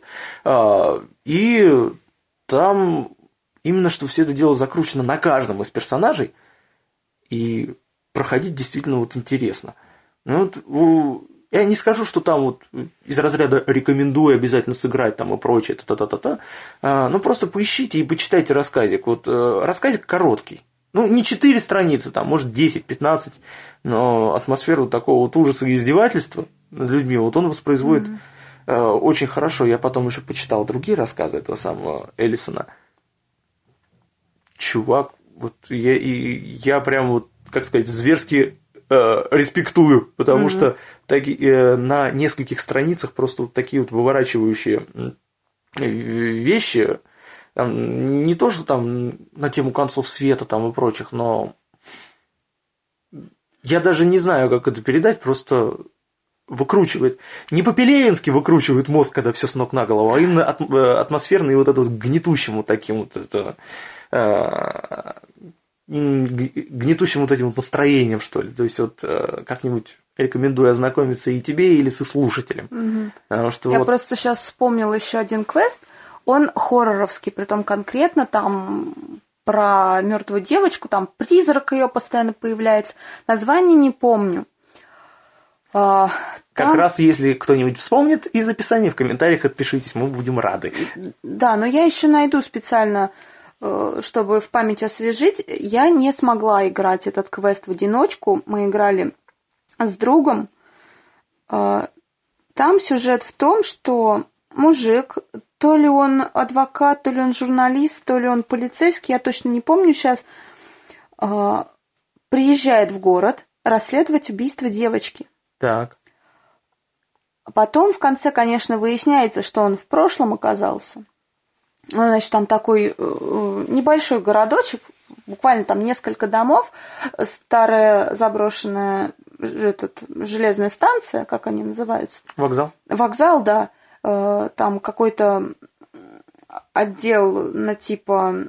И там именно что все это дело закручено на каждом из персонажей, и проходить действительно вот интересно. Ну, вот, я не скажу, что там вот из разряда рекомендую обязательно сыграть там и прочее, та-та-та-та, но просто поищите и почитайте рассказик. Вот рассказик короткий. Ну, не четыре страницы, там, может, десять-пятнадцать, но атмосферу такого вот ужаса и издевательства над людьми, вот он воспроизводит mm-hmm. э, очень хорошо. Я потом еще почитал другие рассказы этого самого Эллисона. Чувак, вот я, и, я прям вот, как сказать, зверски э, респектую, потому mm-hmm. что так, э, на нескольких страницах просто вот такие вот выворачивающие вещи. Там, не то, что там на тему концов света там и прочих, но я даже не знаю, как это передать, просто выкручивает. Не по-пелевински выкручивает мозг, когда все с ног на голову, а именно атмосферно и вот это вот гнетущим вот таким вот это, э, гнетущим вот этим вот настроением, что ли. То есть вот э, как-нибудь рекомендую ознакомиться и тебе, или со слушателем. Угу. Потому что я вот... просто сейчас вспомнила еще один квест. Он хорроровский, притом конкретно там про мертвую девочку, там призрак ее постоянно появляется. Название не помню. Там... Как раз если кто-нибудь вспомнит из описания, в комментариях отпишитесь, мы будем рады. Да, но я еще найду специально, чтобы в память освежить. Я не смогла играть этот квест в одиночку. Мы играли с другом. Там сюжет в том, что мужик... То ли он адвокат, то ли он журналист, то ли он полицейский, я точно не помню сейчас, приезжает в город расследовать убийство девочки. Так. Потом в конце, конечно, выясняется, что он в прошлом оказался. Ну, значит, там такой небольшой городочек, буквально там несколько домов, старая заброшенная этот, железная станция, как они называются? Вокзал. Вокзал, да. э, там какой-то отдел на типа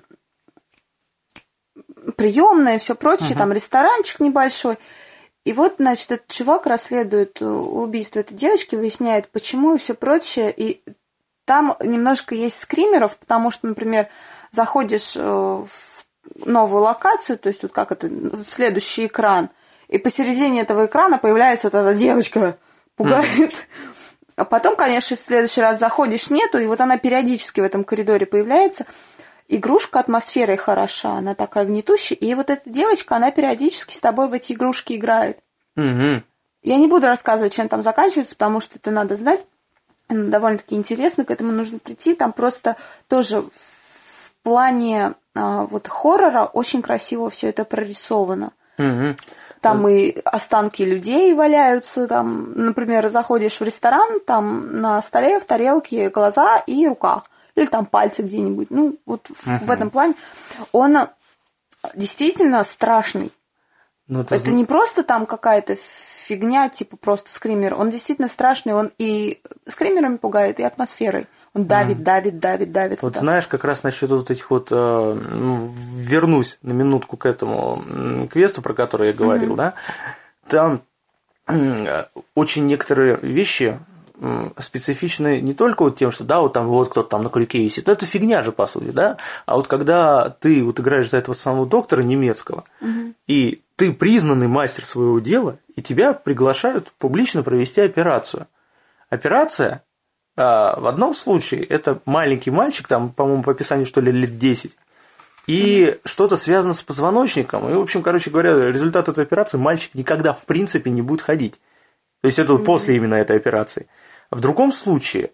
приемная и все прочее, uh-huh. там ресторанчик небольшой. И вот, значит, этот чувак расследует убийство этой девочки, выясняет, почему и все прочее. И там немножко есть скримеров, потому что, например, заходишь в новую локацию, то есть вот как это, в следующий экран, и посередине этого экрана появляется вот эта девочка, пугает. Mm-hmm. А потом, конечно, в следующий раз заходишь, нету, и вот она периодически в этом коридоре появляется. Игрушка атмосферой хороша, она такая гнетущая, и вот эта девочка, она периодически с тобой в эти игрушки играет. Mm-hmm. Я не буду рассказывать, чем там заканчивается, потому что это надо знать. Довольно-таки интересно, к этому нужно прийти. Там просто тоже в плане а, вот хоррора очень красиво все это прорисовано. Mm-hmm. Там и останки людей валяются, там, например, заходишь в ресторан, там на столе в тарелке глаза и рука, или там пальцы где-нибудь. Ну, вот uh-huh. в этом плане он действительно страшный. Ну, это это зн... не просто там какая-то фигня, типа просто скример. Он действительно страшный, он и скримерами пугает, и атмосферой. Он давит, mm. давит, давит, давит. Вот, вот знаешь, как раз насчет вот этих вот... Э, вернусь на минутку к этому квесту, про который я говорил, mm-hmm. да? Там э, очень некоторые вещи э, специфичны не только вот тем, что, да, вот там вот кто-то там на крюке висит. Это фигня же, по сути, да? А вот когда ты вот играешь за этого самого доктора немецкого, mm-hmm. и ты признанный мастер своего дела, и тебя приглашают публично провести операцию. Операция... В одном случае это маленький мальчик, там, по-моему, по описанию, что ли, лет десять, и mm-hmm. что-то связано с позвоночником. И, в общем, короче говоря, результат этой операции мальчик никогда, в принципе, не будет ходить. То есть, это вот mm-hmm. после именно этой операции. В другом случае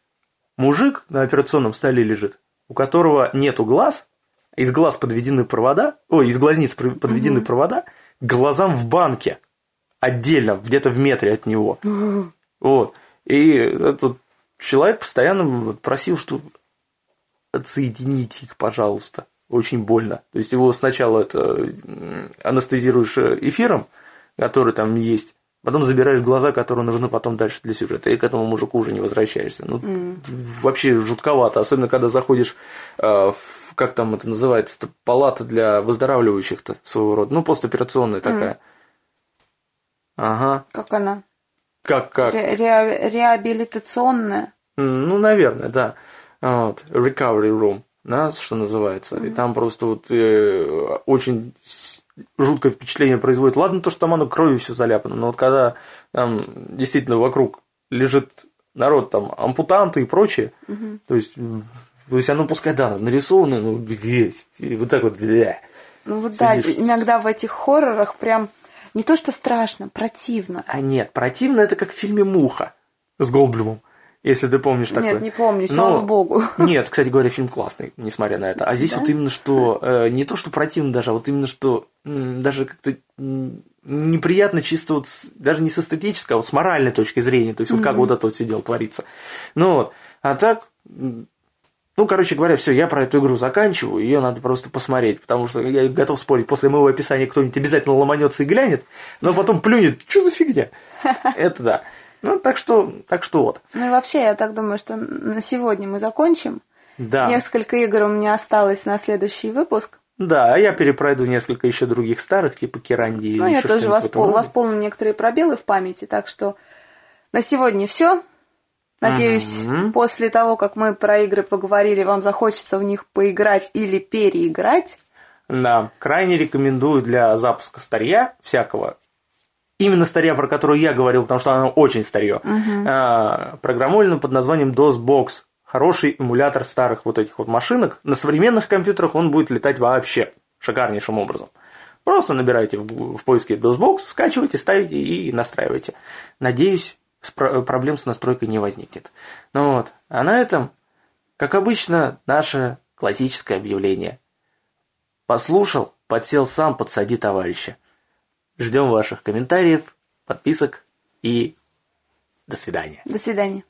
мужик на операционном столе лежит, у которого нету глаз, из глаз подведены провода, ой, из глазниц подведены mm-hmm. провода к глазам в банке, отдельно, где-то в метре от него. Mm-hmm. Вот. И этот человек постоянно просил, что отсоедините их, пожалуйста. Очень больно. То есть его сначала это анестезируешь эфиром, который там есть, потом забираешь глаза, которые нужны потом дальше для сюжета, и к этому мужику уже не возвращаешься. Ну, mm. вообще жутковато, особенно когда заходишь в, как там это называется, палата для выздоравливающих-то своего рода, ну, постоперационная такая. Mm. Ага. Как она? Как, как? Ре- ре- реабилитационная. Ну, наверное, да. Вот. Recovery room, да, что называется. Mm-hmm. И там просто вот э, очень жуткое впечатление производит. Ладно, то, что там оно кровью все заляпано, но вот когда там действительно вокруг лежит народ, там, ампутанты и прочее, mm-hmm. то есть, то есть оно пускай, да, нарисовано, ну, здесь, и вот так вот, да. Ну, вот да, иногда в этих хоррорах прям... Не то, что страшно, противно. А нет, противно это как в фильме «Муха» с Голдблюмом, если ты помнишь такой. Нет, не помню, слава Но... богу. Нет, кстати говоря, фильм классный, несмотря на это. А здесь да? вот именно что, э, не то, что противно даже, а вот именно что м, даже как-то м, неприятно чисто вот, с, даже не с эстетической, а вот с моральной точки зрения, то есть mm-hmm. вот как вот это вот все дело творится. Ну вот, а так... Ну, короче говоря, все, я про эту игру заканчиваю, ее надо просто посмотреть, потому что я готов спорить, после моего описания кто-нибудь обязательно ломанется и глянет, но потом плюнет, что за фигня? Это да. Ну, так что, так что вот. Ну, и вообще, я так думаю, что на сегодня мы закончим. Да. Несколько игр у меня осталось на следующий выпуск. Да, а я перепройду несколько еще других старых, типа Киранди. Ну, я тоже воспол... восполню некоторые пробелы в памяти, так что на сегодня все. Надеюсь, mm-hmm. после того, как мы про игры поговорили, вам захочется в них поиграть или переиграть. Да, крайне рекомендую для запуска старья всякого. Именно старья, про которую я говорил, потому что оно очень старье. Mm-hmm. А, программулину под названием DOSBox. Хороший эмулятор старых вот этих вот машинок. На современных компьютерах он будет летать вообще шикарнейшим образом. Просто набирайте в, в поиске DOSBox, скачивайте, ставите и настраивайте. Надеюсь, проблем с настройкой не возникнет. Ну вот, а на этом, как обычно, наше классическое объявление. Послушал, подсел сам, подсади товарища. Ждем ваших комментариев, подписок и до свидания. До свидания.